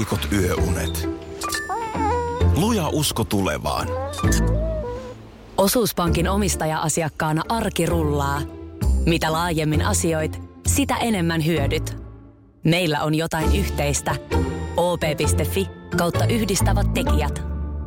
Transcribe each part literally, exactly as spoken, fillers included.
heikot yöunet. Luja usko tulevaan. Osuuspankin omistaja-asiakkaana arki rullaa. Mitä laajemmin asioit, sitä enemmän hyödyt. Meillä on jotain yhteistä. o p piste f i kautta yhdistävät tekijät.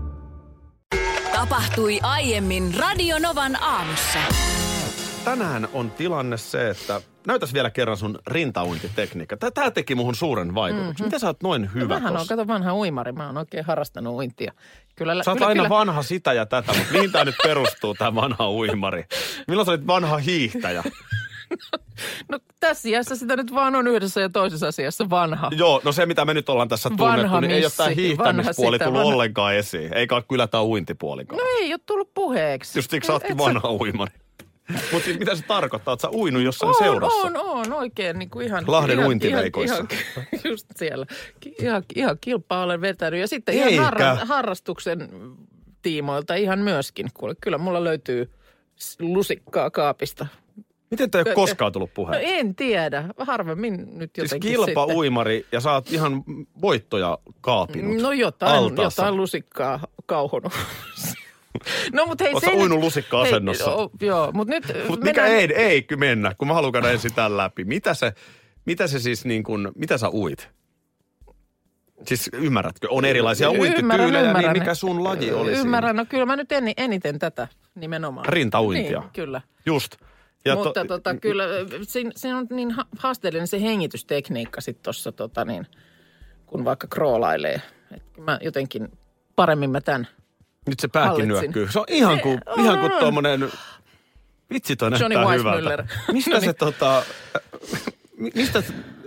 Tapahtui aiemmin Radio Novan aamussa. Tänään on tilanne se, että näytäs vielä kerran sun rintauintitekniikka. Tää teki muhun suuren vaikutuksen. Mm-hmm. Miten sä oot noin hyvä Mähän tossa? on, kato vanha uimari. Mä oon oikein harrastanut uintia. Kyllä, sä oot kyllä, aina kyllä. vanha sitä ja tätä, mutta mihin tää nyt perustuu tää vanha uimari? Milloin sä olit vanha hiihtäjä? No tässä iässä sitä nyt vaan on yhdessä ja toisessa asiassa vanha. Joo, no se mitä me nyt ollaan tässä tunnettu, Vanha niin ei ole tää missi, hiihtämispuoli vanha tullut sitä, ollenkaan esiin. Eikä kyllä tää uintipuolikaan. No ei ole tullut puheeksi. Just siksi sä ootkin Et vanha uimari. Mutta siis mitä se tarkoittaa? Oot sä uinut jossain on, seurassa? On, on, oikein niin kuin ihan... Lahden ihan, uintiveikoissa. Ihan, ihan, just siellä. Ihan, ihan kilpaa olen vetänyt. Ja sitten Eikä. ihan harra, harrastuksen tiimoilta ihan myöskin. Kuule, kyllä mulla löytyy lusikkaa kaapista. Miten tää ei ole koskaan tullut No puheeksi? en tiedä. Harvemmin nyt Siis jotenkin kilpa sitten. uimari ja sä oot ihan voittoja kaapinut. No jotain, altaassa. jotain lusikkaa kauhonut. No mut hei Oot se sä nyt- uinut lusikka-asennossa? Hei, o, joo, mut nyt Mutta mikä mennään- ei, ei kyllä mennä, kun mä haluan käydä ensin tämän läpi. Mitä se, mitä se siis niin kuin, mitä sä uit? Siis ymmärrätkö? On erilaisia Ymmärrän, uintityylejä, ymmärrän. niin mikä sun laji oli Ymmärrän, siinä? no kyllä mä nyt en, eniten tätä nimenomaan. Rintauintia. Niin, kyllä. Just. Ja Mutta to, tota, kyllä siinä, siinä on niin ha- haasteellinen se hengitystekniikka sitten tuossa, tota, niin, kun vaikka kroolailee. Et mä jotenkin paremmin mä tämän nyt se pääkin hallitsin. nyökkyy. Se on ihan kuin, on, ihan kuin on. tommonen, vitsi toi Johnny näyttää Weissmuller. hyvältä. Mistä No se niin. tota, mi- mistä,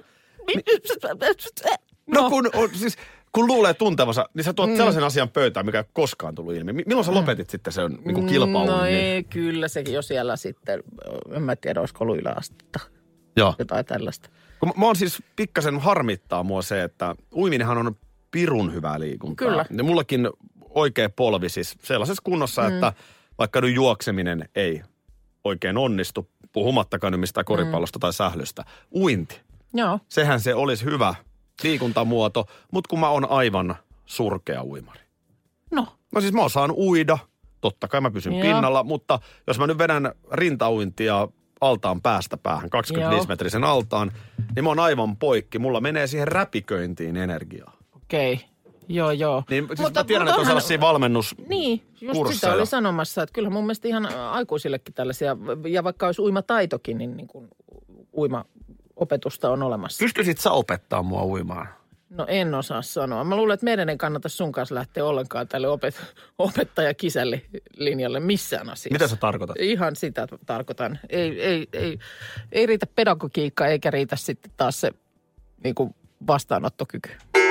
no kun, on, siis, kun luulee tuntevansa, niin sä tuot mm. sellaisen asian pöytään, mikä ei ole koskaan tullut ilmi. Mi- Milloin sä lopetit sitten sen niin kuin kilpauinnin? No ei, kyllä sekin jo siellä sitten, en mä tiedä, olisiko ollut yläastetta. Joo. Jotain tällaista. Kun mä, mä oon siis pikkasen harmittaa mua se, että uiminenhan on pirun hyvää liikuntaa. Kyllä. Ja mullakin oikea polvi siis sellaisessa kunnossa, mm. että vaikka nyt juokseminen ei oikein onnistu, puhumattakaan nyt mistään koripallosta mm. tai sählystä. Uinti. Joo. Sehän se olisi hyvä liikuntamuoto, mutta kun mä oon aivan surkea uimari. No. No siis mä osaan uida, totta kai mä pysyn Joo. pinnalla, mutta jos mä nyt vedän rintauintia altaan päästä päähän, kaksikymmentäviisimetrisen altaan, niin mä oon aivan poikki. Mulla menee siihen räpiköintiin energiaa. Okei. Okay. Joo, joo. Niin siis mä tiedän, että on sellaisia valmennus... Niin, just kursseja. sitä oli sanomassa, että kyllä mun mielestä ihan aikuisillekin tällaisia, ja vaikka olisi uimataitokin, niin, niin kuin uimaopetusta on olemassa. Pystyisit sä opettaa mua uimaan? No en osaa sanoa. Mä luulen, että meidän ei kannata sun kanssa lähteä ollenkaan tälle opet- opettaja-kisälli-linjalle missään asiassa. Mitä sä tarkoitat? Ihan sitä tarkoitan. Ei, ei, ei, ei riitä pedagogiikka eikä riitä sitten taas se niin kuin vastaanottokyky.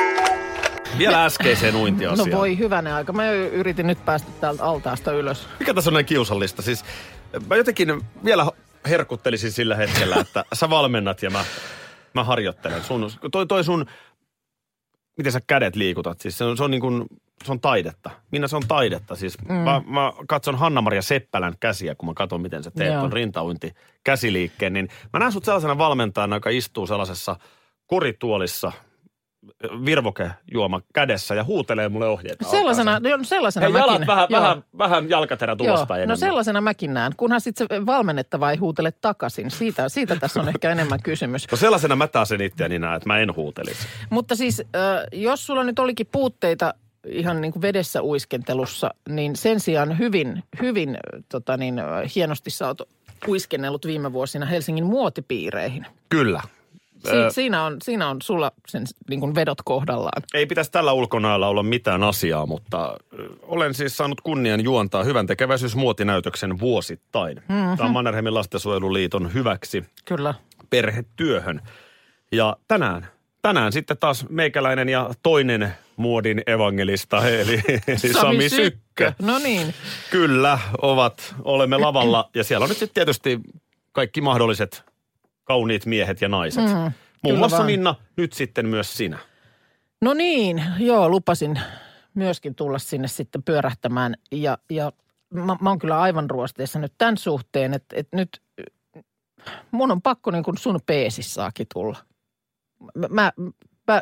Vielä äskeiseen uintiasiaan. No voi hyvänen aika. Mä yritin nyt päästä täältä altaasta ylös. Mikä tässä on näin kiusallista? Siis mä jotenkin vielä herkuttelisin sillä hetkellä, että sä valmennat ja mä, mä harjoittelen. Sun, toi, toi sun, miten sä kädet liikutat? Siis se on, se on niin kuin, se on taidetta. Minä se on taidetta. Siis mm. mä, mä katson Hanna-Maria Seppälän käsiä, kun mä katson, miten sä teet Joo. ton rintauinti käsiliikkeen. Niin mä näen sut sellaisena valmentajana, joka istuu sellaisessa korituolissa, virvokejuoma kädessä ja huutelee mulle ohjeita. Sellaisena, altaaseen. joo, sellaisena Hei, mäkin. jalat vähän, joo. vähän, vähän jalkaterät Joo, ulospäin no enemmän. sellaisena mäkin näen. Kunhan sitten se valmennettava ei huutele takaisin. Siitä, siitä tässä on ehkä enemmän kysymys. No sellaisena mä taas en itseäni näe, että mä en huutelisi. Mutta siis, äh, jos sulla nyt olikin puutteita ihan niin kuin vedessä uiskentelussa, niin sen sijaan hyvin, hyvin äh, tota niin, äh, hienosti sä oot uiskennellut viime vuosina Helsingin muotipiireihin. Kyllä. Si- Ö, siinä, on, siinä on sulla sen niin kuin vedot kohdallaan. Ei pitäisi tällä ulkonailla olla mitään asiaa, mutta ö, olen siis saanut kunnian juontaa hyvän tekeväisyysmuotinäytöksen vuosittain. Mm-hmm. Tämä on Mannerheimin lastensuojeluliiton hyväksi Kyllä. perhetyöhön. Ja tänään, tänään sitten taas meikäläinen ja toinen muodin evangelista, eli, eli Sami, Sami Sykkö. No niin. Kyllä, ovat, olemme lavalla ja siellä on nyt sitten tietysti kaikki mahdolliset kauniit miehet ja naiset. Mm, Muun kyllä muassa vaan. Minna, nyt sitten myös sinä. No niin, joo, lupasin myöskin tulla sinne sitten pyörähtämään. Ja, ja mä, mä oon kyllä aivan ruosteessa nyt tämän suhteen, että, että nyt mun on pakko niin kuin sun peesissaakin tulla. Mä, mä, mä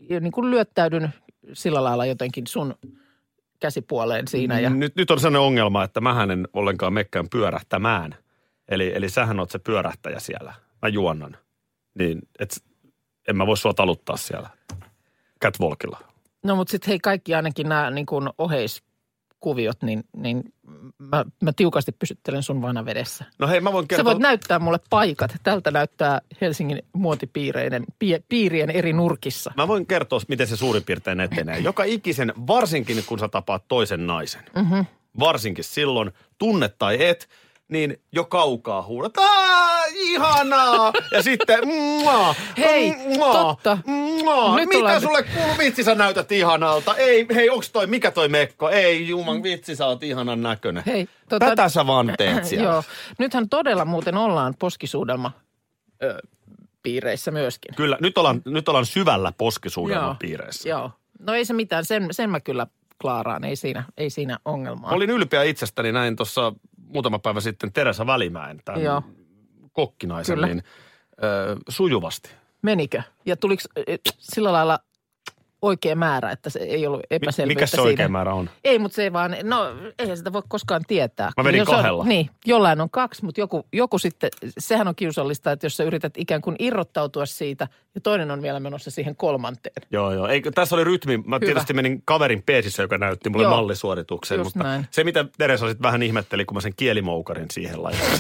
niin kuin lyöttäydyn sillä lailla jotenkin sun käsipuoleen siinä. Ja... Nyt, nyt on sellainen ongelma, että mähän en ollenkaan mekkään pyörähtämään. Eli, eli sähän oot se pyörähtäjä siellä. Mä juonnan. Niin, et en mä voi sua taluttaa siellä catwalkilla. No mutta sitten hei, kaikki ainakin nämä niin kuin oheiskuviot, niin, niin mä, mä tiukasti pysyttelen sun vanavedessä. No hei, mä voin kertoa. Sä voit näyttää mulle paikat. Tältä näyttää Helsingin muotipiireiden pie, piirien eri nurkissa. Mä voin kertoa, miten se suurin piirtein etenee. Joka ikisen, varsinkin kun sä tapaat toisen naisen. Mm-hmm. Varsinkin silloin, tunne tai et, niin jo kaukaa huudat, aah, ihanaa! Ja sitten, mua, hei, mua, totta. Mua. Mitä ollaan... sulle kuuluu? Vitsi, sä näytät ihanalta. Ei, hei, onks toi, mikä toi mekko? Ei, juman, vitsi, sä oot ihanan näköinen. Hei, tota... Tätä sä vaan teet siellä. Joo, nythän todella muuten ollaan poskisuudelma ö, piireissä myöskin. Kyllä, nyt ollaan, nyt ollaan syvällä poskisuudelma piireissä. Joo, no ei se mitään, sen, sen mä kyllä klaaraan, ei siinä, ei siinä ongelmaa. Olin ylpeä itsestäni, näin tuossa muutama päivä sitten Teresa Välimäen, tämän Joo. kokkinaisen, Kyllä. niin ö, sujuvasti. Menikö? Ja tuliko sillä lailla oikea määrä, että se ei ollut epäselvyyttä Mikä se siinä? oikea määrä on? Ei, mutta se ei vaan, no eihän sitä voi koskaan tietää. Mä vedin jos kahdella. On, niin, jollain on kaksi, mutta joku, joku sitten, sehän on kiusallista, että jos sä yrität ikään kuin irrottautua siitä ja toinen on vielä menossa siihen kolmanteen. Joo, joo. Ei, tässä oli rytmi. Mä Hyvä. tietysti menin kaverin peesissä, joka näytti mulle joo. mallisuorituksen. Mutta näin. Se, mitä Teresa sitten vähän ihmetteli, kun mä sen kielimoukarin siihen laitoin.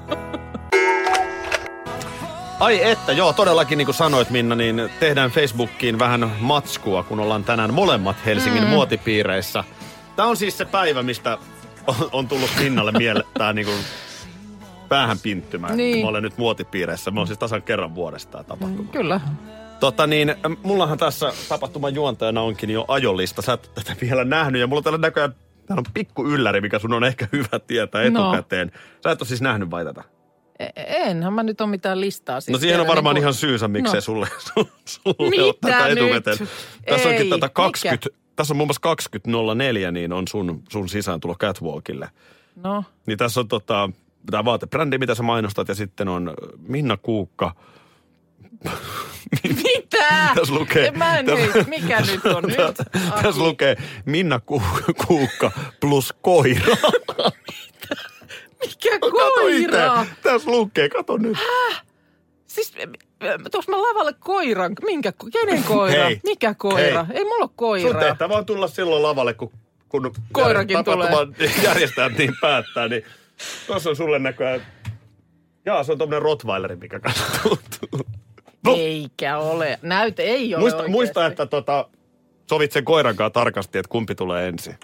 Ai että, joo, todellakin niin kuin sanoit Minna, niin tehdään Facebookiin vähän matskua, kun ollaan tänään molemmat Helsingin mm. muotipiireissä. Tämä on siis se päivä, mistä on, on tullut Minnalle mieleen tämä niin kuin päähän pinttymään. Niin. Mä olen nyt muotipiireissä. Mä oon siis tasan kerran vuodesta tämä tapahtuma. Kyllä. Tota niin, mullahan tässä tapahtuman juontajana onkin jo ajolista. Sä et tätä vielä nähnyt ja mulla on täällä näköjään, täällä on pikku ylläri, mikä sun on ehkä hyvä tietää etukäteen. No. Sä et ole siis nähnyt vai tätä? Enhän mä nyt ole mitään listaa. Siis no siihen on varmaan niin kuin... ihan syysä, miksei no. sulle, sulle ole tätä etukäteen. Tässä Ei, onkin tätä kaksikymmentä, mikä? Tässä on muun muassa kaksikymmentä nolla neljä, niin on sun, sun sisääntulo catwalkille. No. Niin tässä on tota, tämä vaatebrändi, mitä sä mainostat, ja sitten on Minna Kuukka. Mitä? Tässä lukee. Mä en tässä, nyt, mikä nyt on nyt? Tässä lukee Minna Kuukka plus koira. Mikä koira? Tässä lukee, kato nyt. Häh? Siis, tuoks mä lavalle koiran? Minkä, kenen koira? Hei, Mikä koira? Hei. Ei mulla ole koiraa. Sun tehtävä on tulla silloin lavalle, kun, kun koirakin tulee. Järjestäjät niin päättää, niin tuossa on sulle näköjään. Jaa, se on tommonen rottweileri, mikä katsoo. No. Eikä ole. Näytä, ei ole muista, oikeasti. muista, että tota, sovit sen koiran kanssa tarkasti, että kumpi tulee ensin.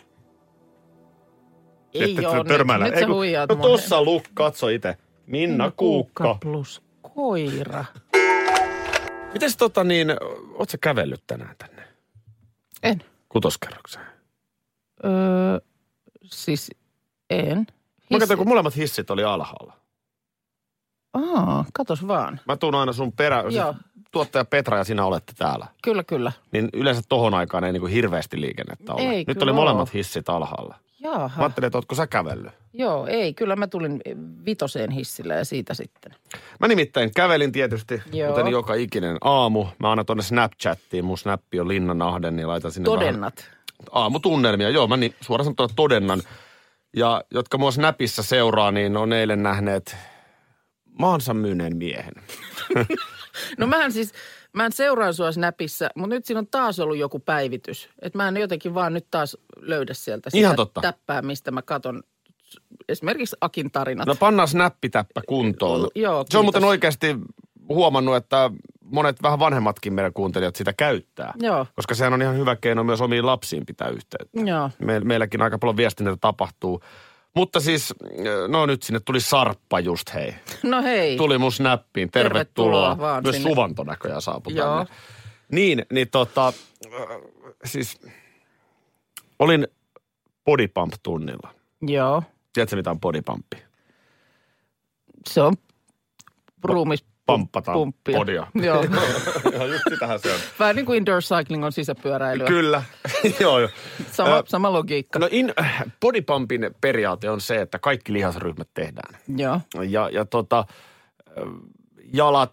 Ei että ole, törmäillä. nyt, nyt sä huijaat No tossa luk, katso itse. Minna, Minna Kuukka. Kuukka plus koira. Mites tota niin, oot sä kävellyt tänään tänne? En. Kutoskerrokseen? Öö, siis en. Hissi... Mä katsoin, kun molemmat hissit oli alhaalla. Aa, katos vaan. Mä tuun aina sun perä, siis tuottaja Petra ja sinä olette täällä. Kyllä, kyllä. Niin yleensä tohon aikaan ei niinku hirveästi liikennettä ole. Ei, nyt oli molemmat hissit alhaalla. Jaha. Mä ajattelin, että ootko sä kävellyt? Joo, ei. Kyllä mä tulin vitoseen hissillä ja siitä sitten. Mä nimittäin kävelin tietysti, Joo. kuten joka ikinen aamu. Mä annan tonne Snapchattiin. Mun snappi on Linna Nahden, niin laitan sinne Todennat. Vähän aamutunnelmia. Joo, mä niin, suoraan sanottuna todennan. Ja jotka mua Snapissa seuraa, niin on eilen nähneet maansa myyneen miehen. No mähän siis, mä en seuraa sua Snapissa, mutta nyt siinä on taas ollut joku päivitys. Että mä en jotenkin vaan nyt taas löydä sieltä sitä Ihan totta. täppää, mistä mä katon esimerkiksi Akin tarinat. No pannaan snappitäppä kuntoon. L- joo, Se on muuten oikeasti huomannut, että monet vähän vanhemmatkin meidän kuuntelijat sitä käyttää. Joo. Koska sehän on ihan hyvä keino myös omiin lapsiin pitää yhteyttä. Joo. Me, meilläkin aika paljon viestinnätä tapahtuu. Mutta siis, no nyt sinne tuli Sarppa just, hei. No hei. Tuli mun snappiin, tervetuloa. Tervetuloa vaan myös sinne. Suvanto näköjään saapui Joo. tänne. Niin, niin tota, äh, siis olin bodypump-tunnilla. Joo. Tiedätkö mitä on bodypumpi? Se on ruumis Pampataan pumppia. podia. Joo. Joo, just sitähän se on. Vähän niin kuin indoor cycling on sisäpyöräilyä. Kyllä, joo joo. Sama, Ö, sama logiikka. No in, bodypumpin periaate on se, että kaikki lihasryhmät tehdään. Joo. Ja, ja tota, jalat,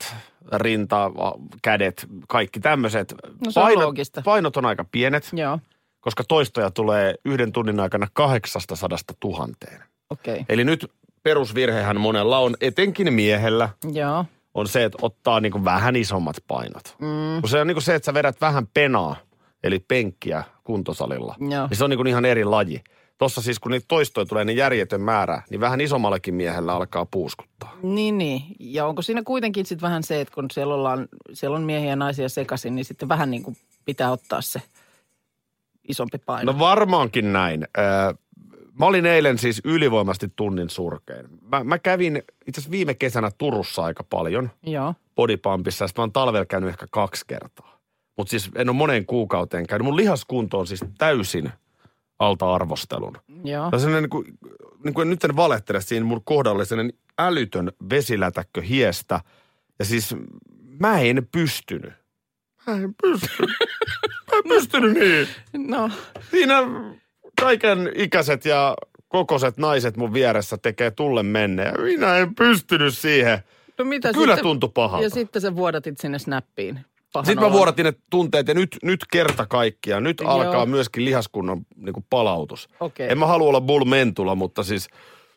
rinta, kädet, kaikki tämmöiset. No se on painot, loogista. painot on aika pienet, Joo, koska toistoja tulee yhden tunnin aikana kahdeksansataa tuhanteen. okei. Okay. Eli nyt perusvirhehän monella on, etenkin miehellä, Joo. on se, että ottaa niin kuin vähän isommat painot. Mm. Kun se on niin kuin se, että sä vedät vähän penaa, eli penkkiä kuntosalilla, Joo. niin se on niin kuin ihan eri laji. Tuossa siis, kun niitä toistoja tulee niin järjetön määrä, niin vähän isommallakin miehellä alkaa puuskuttaa. Niin, niin. Ja onko siinä kuitenkin sitten vähän se, että kun siellä, ollaan, siellä on miehiä ja naisia sekaisin, niin sitten vähän niin kuin pitää ottaa se isompi paino. No varmaankin näin. Mä olin eilen siis ylivoimasti tunnin surkein. Mä, mä kävin itse asiassa viime kesänä Turussa aika paljon Joo. bodypumpissa, ja sitten mä oon talvella käynyt ehkä kaksi kertaa. Mutta siis en ole moneen kuukauteen käynyt. Mun lihaskunto on siis täysin alta arvostelun. Joo. Ja sellainen, niin kuin, niin kuin nyt en valehtele, siinä mun kohdalla oli sellainen älytön vesilätäkkö hiestä. Ja siis mä en pystynyt. Mä en pystynyt. Mä en pystynyt niin. No. Siinä kaiken ikäiset ja kokoiset naiset mun vieressä tekee tulle menne. Ja minä en pystynyt siihen. No mitä Kyllä sitten, tuntui pahalta. Ja sitten sä vuodatit sinne snappiin. Sitten mä vuodatin ne tunteet ja nyt, nyt kerta kaikkiaan. Nyt Joo. alkaa myöskin lihaskunnan niin kuin palautus. Okei. En mä halua olla Bull Mentula, mutta siis...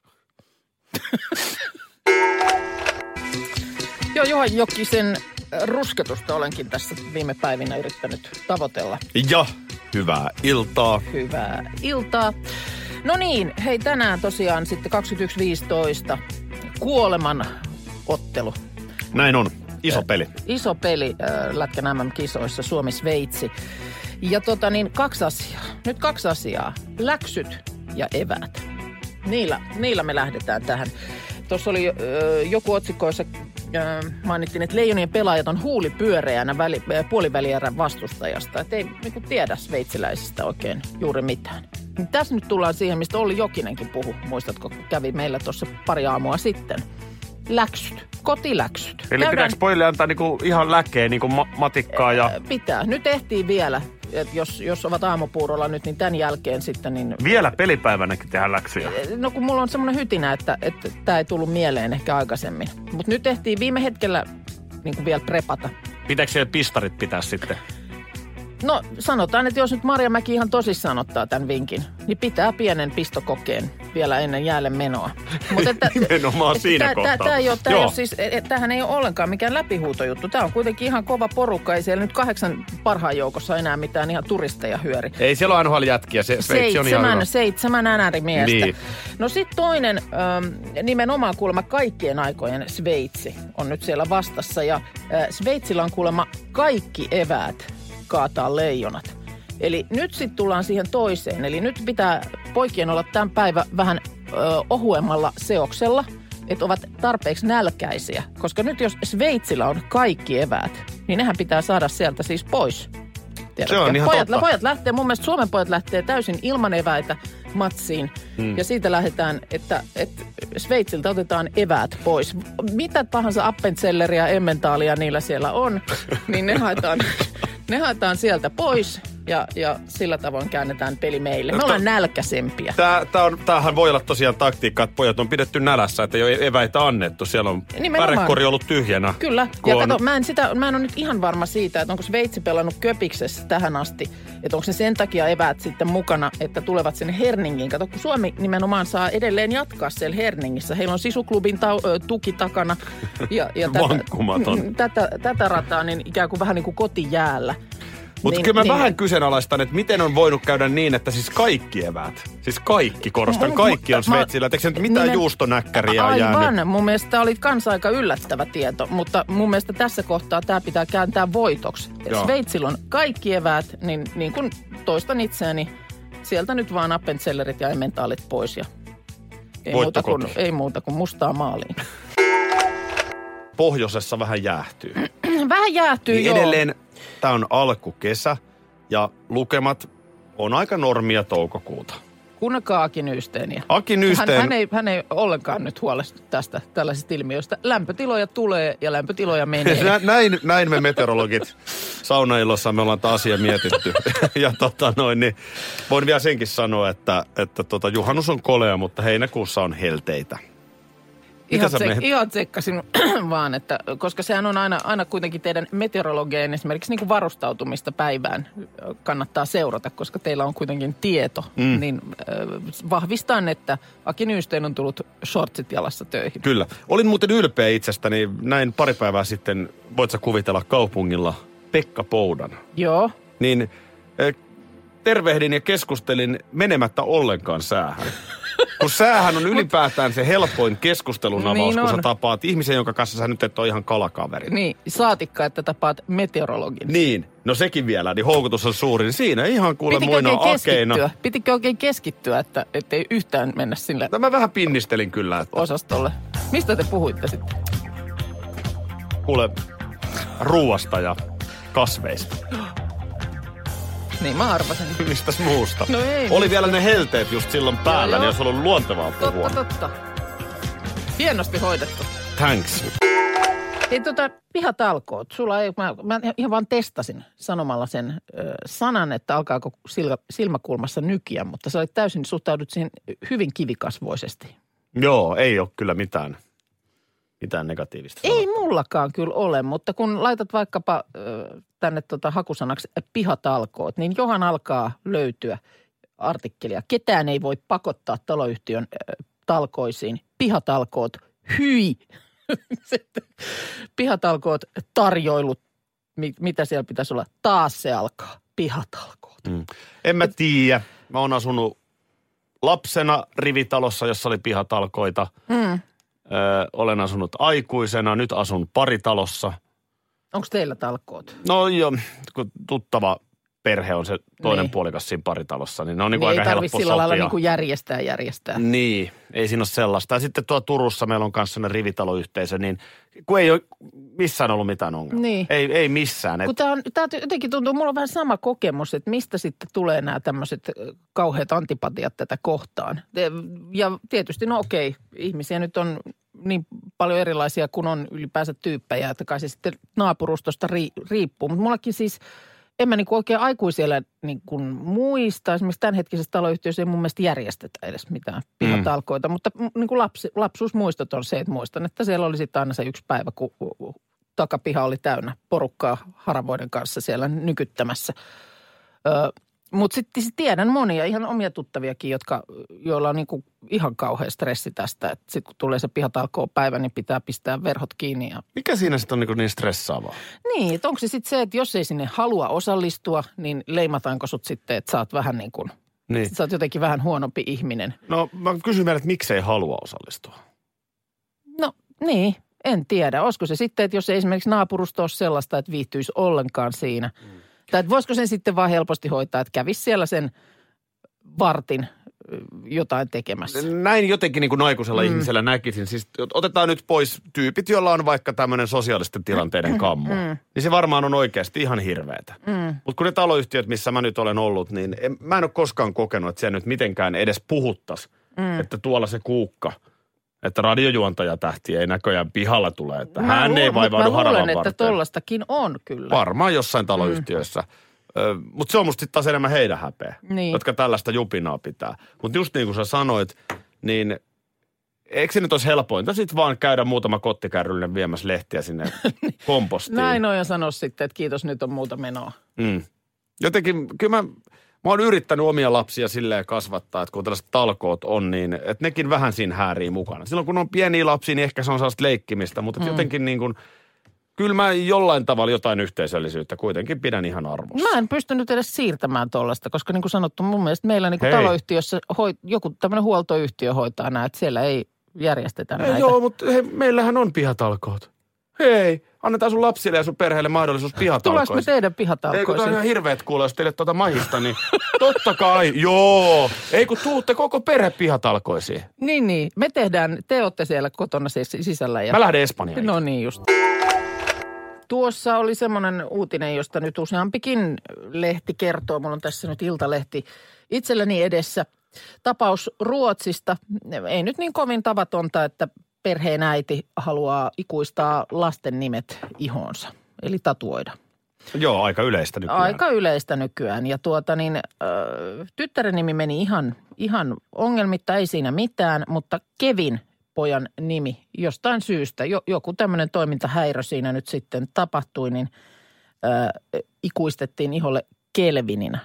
Joo, Johan Jokisen rusketusta olenkin tässä viime päivinä yrittänyt tavoitella. Ja hyvää iltaa. Hyvää iltaa. No niin, hei tänään tosiaan sitten kaksikymmentäyksi viisitoista kuoleman ottelu. Näin on. Iso peli. Iso peli äh, Lätkän M M-kisoissa Suomi-Sveitsi. Ja tota niin, kaksi asiaa. Nyt kaksi asiaa. Läksyt ja eväät. Niillä, niillä me lähdetään tähän. Tuossa oli äh, joku otsikko, jossa äh, mainittiin, että Leijonien pelaajat on huulipyöreänä väli, äh, puolivälierän vastustajasta. Että ei niin tiedä sveitsiläisistä oikein juuri mitään. Niin tässä nyt tullaan siihen, mistä Olli Jokinenkin puhui. Muistatko, kun kävi meillä tuossa pari aamua sitten. Läksyt. Kotiläksyt. Eli Käydään... pitääkö pojille antaa niinku ihan läkeä, niinku ma- matikkaa ja... Pitää. Nyt ehtii vielä. Et jos, jos ovat aamupuurolla nyt, niin tämän jälkeen sitten niin... Vielä pelipäivänäkin tehdään läksyjä. No kun mulla on semmoinen hytinä, että että tämä ei tullut mieleen ehkä aikaisemmin. Mutta nyt ehtii viime hetkellä niin kuin vielä prepata. Pitääkö siellä pistarit pitää sitten? No sanotaan, että jos nyt Marjamäki ihan tosissaan ottaa tämän vinkin, niin pitää pienen pistokokeen vielä ennen jäälle menoa. Mut että, Nimenomaan siinä tää, kohtaa. Tämä ei ole, tää ei ole siis, tämähän ei ole ollenkaan mikään läpihuutojuttu. Tämä on kuitenkin ihan kova porukka. Ei siellä nyt kahdeksan parhaan joukossa enää mitään ihan turisteja hyöri. Ei siellä ole N H L-jätkiä. Se Sveitsi on ihan Seitsemän, hyvä. seitsemän änärimiestä. Niin. No sitten toinen ähm, nimenomaan kuulemma kaikkien aikojen Sveitsi on nyt siellä vastassa. Ja äh, Sveitsillä on kuulemma kaikki eväät kaataa leijonat. Eli nyt sitten tullaan siihen toiseen. Eli nyt pitää poikien olla tämän päivän vähän ö, ohuemmalla seoksella, että ovat tarpeeksi nälkäisiä. Koska nyt jos Sveitsillä on kaikki eväät, niin nehän pitää saada sieltä siis pois. Tiedätkö? Se on ihan pojat, totta. Pojat lähtee, mun mielestä Suomen pojat lähtee täysin ilman eväitä matsiin. Hmm. Ja siitä lähdetään, että, että Sveitsiltä otetaan eväät pois. Mitä tahansa Appenzelleria ja Emmentaalia niillä siellä on, niin ne haetaan... Ne haetaan sieltä pois ja, ja sillä tavoin käännetään peli meille. Me ollaan nälkäisempiä. Tää, tää on, tämähän voi olla tosiaan taktiikka, että pojat on pidetty nälässä, että ei ole eväitä annettu. Siellä on Nimenomaan. pärekori ollut tyhjänä. Kyllä. Ja on... kato, mä en, sitä, mä en ole nyt ihan varma siitä, että onko Sveitsi pelannut Köpiksessä tähän asti. Että onko se sen takia eväät sitten mukana, että tulevat sinne Herningiin. Kato, kun Suomi nimenomaan saa edelleen jatkaa siellä Herningissä. Heillä on Sisuklubin tau- tuki takana. Ja, ja Vankkumaton. tätä, tätä, tätä rataa niin ikään kuin vähän niin kuin kotijäällä. Mutta niin, kyllä mä niin, vähän kyseenalaistan, että miten on voinut käydä niin, että siis kaikki eväät, siis kaikki, korostan, kaikki on Sveitsillä. Eikö se nyt mitään nimen, juustonäkkäriä on jäänyt? Aivan, mun mielestä tämä oli kans aika yllättävä tieto, mutta mun mielestä tässä kohtaa tämä pitää kääntää voitoksi. Sveitsillä on kaikki eväät, niin, niin kuin toistan itseäni, sieltä nyt vaan Appenzellerit ja Emmentaalit pois ja ei muuta, kuin, ei muuta kuin mustaa maaliin. Pohjoisessa vähän jäähtyy. Vähän jäähtyy, niin joo. Edelleen tämä on alkukesä ja lukemat on aika normia toukokuuta. Kuunnelkaa Aki Nyysteeniä. Aki Nyysteen. Hän, hän, ei, hän ei ollenkaan nyt huolestu tästä tällaisista ilmiöistä. Lämpötiloja tulee ja lämpötiloja menee. näin, näin me meteorologit saunaillossa me ollaan taas asia mietitty. ja tota noin, niin voin vielä senkin sanoa, että, että tota, juhannus on kolea, mutta heinäkuussa on helteitä. Ihan, sä tsek, menet? ihan tsekkasin vaan, että koska sehän on aina, aina kuitenkin teidän meteorologien esimerkiksi niin kuin varustautumista päivään kannattaa seurata, koska teillä on kuitenkin tieto. Mm. Niin äh, vahvistan, että Aki Nyystein on tullut shortsit jalassa töihin. Kyllä. Olin muuten ylpeä itsestäni. Näin pari päivää sitten, voit sä kuvitella, kaupungilla Pekka Poudan. Joo. Niin äh, tervehdin ja keskustelin menemättä ollenkaan säähän. Kun säähän on ylipäätään se helpoin keskustelun avaus, Niin kun sä on. tapaat ihmisen, jonka kanssa sä nyt et ole ihan kalakaveri. Niin, saatikka, että tapaat meteorologin. Niin, no sekin vielä, niin houkutus on suuri. Niin siinä ihan kuule Pitikö muina oikein akeina. keskittyä? Pitikö oikein keskittyä, että ettei yhtään mennä sille Mä vähän pinnistelin kyllä, että osastolle? Mistä te puhuitte sitten? kuule ruuasta ja kasveista. Niin, mä arvasin. Mistäs muusta? No ei Oli mistä. vielä ne helteet just silloin päällä, Joo, joo. niin olisi ollut luontevaa puhua. Totta, totta. Hienosti hoidettu. Thanks. Hei, tota, pihatalkoot. Sulla ei, mä, mä ihan vaan testasin sanomalla sen ö, sanan, että alkaako silmä, silmäkulmassa nykiä, mutta sä olit täysin, suhtaudut siihen hyvin kivikasvoisesti. Joo, ei ole kyllä mitään, mitään negatiivista. Ei mullakaan kyllä ole, mutta kun laitat vaikkapa ö, tänne tota hakusanaksi pihatalkoot, niin johan alkaa löytyä artikkelia. Ketään ei voi pakottaa taloyhtiön ö, talkoisiin. Pihatalkoot, hyi! Sitten pihatalkoot, tarjoilut, mit, mitä siellä pitäisi olla. Taas se alkaa, pihatalkoot. Mm. En mä tiedä. Mä oon asunut lapsena rivitalossa, jossa oli pihatalkoita. Mm. Ö, olen asunut aikuisena, nyt asun paritalossa. Onko teillä talkoot? No joo, kun tuttava perhe on se toinen Niin. puolikas siinä paritalossa, niin ne on niin Niin aika ei tarvitse helppo sillä lailla sopia. niin kuin järjestää järjestää. Niin, ei siinä ole sellaista. Ja sitten tuo Turussa meillä on kanssa sellainen rivitaloyhteisö, niin kun ei ole missään ollut mitään ongelmaa. Niin. Ei, ei missään. Kun Et, tämä, on, tämä jotenkin tuntuu, mulla on vähän sama kokemus, että mistä sitten tulee nämä tämmöiset kauheat antipatiat tätä kohtaan. Ja tietysti, no okei, ihmisiä nyt on niin paljon erilaisia kuin on ylipäänsä tyyppejä, että kai se sitten naapurustosta ri, riippuu. Mutta mullakin siis, en mä niin kuin oikein aikuisella niin kuin muista. Esimerkiksi tämänhetkisessä taloyhtiössä ei mun mielestä järjestetä edes mitään pihatalkoita. Mm. Mutta niin kuin lapsi, lapsuusmuistot on se, että muistan, että siellä oli sitten aina se yksi päivä, kun takapiha oli täynnä porukkaa haravoiden kanssa siellä nykyttämässä. Ö, mutta sitten sit tiedän monia ihan omia tuttaviakin, jotka, joilla on niinku ihan kauhea stressi tästä. Että sitten kun tulee se pihatalkoon päivä, niin pitää pistää verhot kiinni. Ja... mikä siinä sitten on niin, niin stressaavaa? Niin, että onko se sitten se, että jos ei sinne halua osallistua, niin leimataanko sut sitten, että sä oot vähän niin kuin, Niin. sä oot jotenkin vähän huonompi ihminen. No mä kysyn vielä, että miksei halua osallistua? No niin, en tiedä. Olisiko se sitten, että jos ei esimerkiksi naapurusto ole sellaista, että viihtyisi ollenkaan siinä. Mm. Tai että voisiko sen sitten vaan helposti hoitaa, että kävisi siellä sen vartin jotain tekemässä. Näin jotenkin niin kuin aikuisella Mm. ihmisellä näkisin. Siis otetaan nyt pois tyypit, joilla on vaikka tämmöinen sosiaalisten tilanteiden kammo. Mm. Niin se varmaan on oikeasti ihan hirveätä. Mm. Mutta kun ne taloyhtiöt, missä mä nyt olen ollut, niin en, mä en ole koskaan kokenut, että siellä nyt mitenkään edes puhuttaisi. Mm. Että tuolla se kuukka, että radiojuontaja tähti ei näköjään pihalla tule. Että Mä hän luul- ei mut vaivaudu Mä haravan luulen, että varteen. tollastakin on kyllä. Varmaan jossain taloyhtiöissä. Mm. Mutta se on musta sitten taas enemmän heidän häpeä, Niin. jotka tällaista jupinaa pitää. Mutta just niin kuin sä sanoit, niin eikö se nyt olisi helpointa sitten vaan käydä muutama kottikärryllinen viemässä lehtiä sinne kompostiin? Näin on ja sano sitten, että kiitos, nyt on muuta menoa. Mm. Jotenkin, kyllä mä, mä oon yrittänyt omia lapsia silleen kasvattaa, että kun tällaiset talkoot on, niin että nekin vähän siinä häärii mukana. Silloin kun on pieniä lapsia, niin ehkä se on sellaista leikkimistä, mutta mm. jotenkin niin kuin, kyllä mä jollain tavalla jotain yhteisöllisyyttä kuitenkin pidän ihan arvossa. Mä en pystynyt edes siirtämään tollasta, koska niin kuin sanottu, mun mielestä meillä niin kuin Hei. taloyhtiössä hoi, joku tämmöinen huoltoyhtiö hoitaa nämä, että siellä ei järjestetä Ei, näitä. joo, mutta hei, meillähän on pihatalkoot. Hei, annetaan sun lapsille ja sun perheelle mahdollisuus Tuleeko me pihatalkoisiin. teidän Ei kun pihatalkoisiin? toi on ihan hirveet kuulla, jos teille tuota mahista, niin totta kai, joo. Ei kun tuutte koko perhe pihatalkoisiin. Niin, niin. Me tehdään, te olette siellä kotona siis sisällä. Ja... Mä lähden Espanjaan. No niin just. Tuossa oli semmoinen uutinen, josta nyt useampikin lehti kertoo. Mulla on tässä nyt Iltalehti itselläni edessä. Tapaus Ruotsista. Ei nyt niin kovin tavatonta, että perheen äiti haluaa ikuistaa lasten nimet ihoonsa. Eli tatuoida. Joo, aika yleistä nykyään. Aika yleistä nykyään. Ja tuota niin, äh, tyttären nimi meni ihan, ihan ongelmitta, ei siinä mitään, mutta Kevin pojan nimi jostain syystä. Jo, joku tämmöinen toimintahäirö siinä nyt sitten tapahtui, niin ää, ikuistettiin iholle Kelvininä.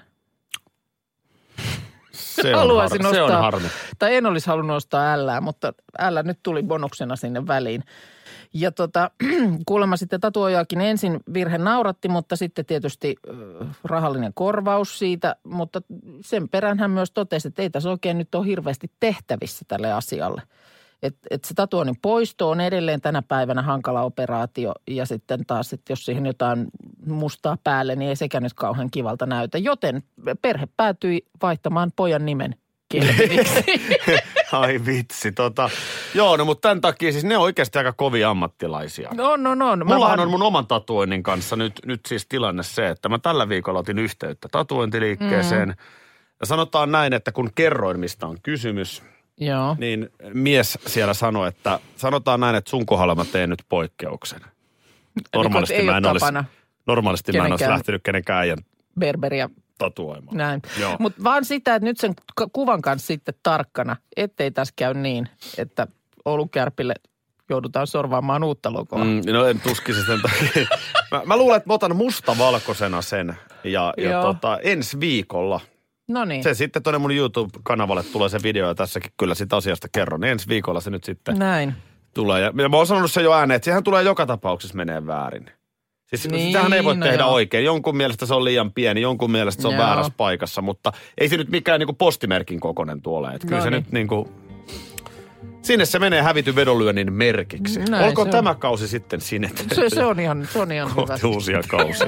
Se on, har, se on harmi. Tai en olisi halunnut ostaa ällää, mutta ällä nyt tuli bonuksena sinne väliin. Ja tota, kuulemma sitten tatuoijaakin ensin virhe nauratti, mutta sitten tietysti äh, rahallinen korvaus siitä. Mutta sen perään hän myös totesi, että ei tässä oikein nyt ole hirveästi tehtävissä tälle asialle. Että et se tatuoinnin poisto on edelleen tänä päivänä hankala operaatio ja sitten taas, että jos siihen jotain mustaa päälle, niin ei sekään nyt kauhean kivalta näytä. Joten perhe päätyi vaihtamaan pojan nimen Kelviniksi. Ai vitsi, tota. Joo, no mutta tämän takia siis ne on oikeasti aika kovia ammattilaisia. No, no, no. Mullahan vaan... on mun oman tatuoinnin kanssa nyt, nyt siis tilanne se, että mä tällä viikolla otin yhteyttä tatuointiliikkeeseen. Mm. Ja sanotaan näin, että kun kerroin, mistä on kysymys, joo, niin mies siellä sanoi, että sanotaan näin, että sun kohdalla mä teen nyt poikkeuksen. Normaalisti mä en olisi, normaalisti mä en olisi lähtenyt kenenkään äijän berberiä tatuoimaan. Näin. Mutta vaan sitä, että nyt sen kuvan kanssa sitten tarkkana, ettei tässä käy niin, että Oulun Kärpille joudutaan sorvaamaan uutta logoa. Mm, no en tuskisi sen takia. mä, mä luulen, että mä otan mustavalkoisena sen ja, ja tota, ensi viikolla. No niin. Se sitten tuonne mun YouTube-kanavalle tulee se video ja tässäkin kyllä sitä asiasta kerron. Niin ensi viikolla se nyt sitten näin tulee. Ja mä oon sanonut se jo ääneen, että sehän tulee joka tapauksessa menee väärin. Siis niin, sitähän ei voi no tehdä joo. oikein. Jonkun mielestä se on liian pieni, jonkun mielestä se on joo. väärässä paikassa, mutta ei se nyt mikään niinku postimerkin kokoinen tuole. Että kyllä no se niin. nyt niinku, sinne se menee hävityn vedonlyönnin merkiksi. Näin, olkoon tämä on. kausi sitten sinetetty. Se, se on ihan, se on ihan hyvä. Uusia kausia.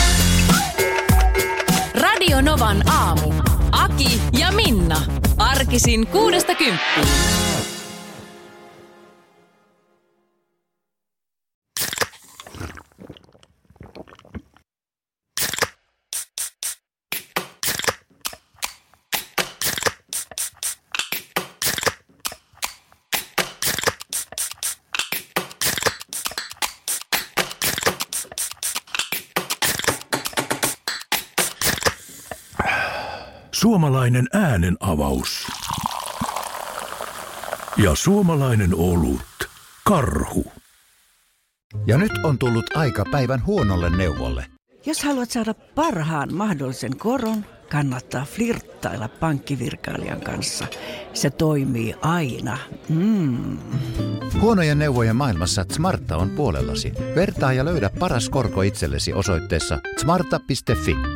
Radio Novan aamu. Aki ja Minna. Arkisin kuudesta kymppiin. Suomalainen äänen avaus. Ja suomalainen olut. Karhu. Ja nyt on tullut aika päivän huonolle neuvolle. Jos haluat saada parhaan mahdollisen koron, kannattaa flirttailla pankkivirkailijan kanssa. Se toimii aina. Mm. Huonojen neuvojen maailmassa Smarta on puolellasi. Vertaa ja löydä paras korko itsellesi osoitteessa smarta piste fi.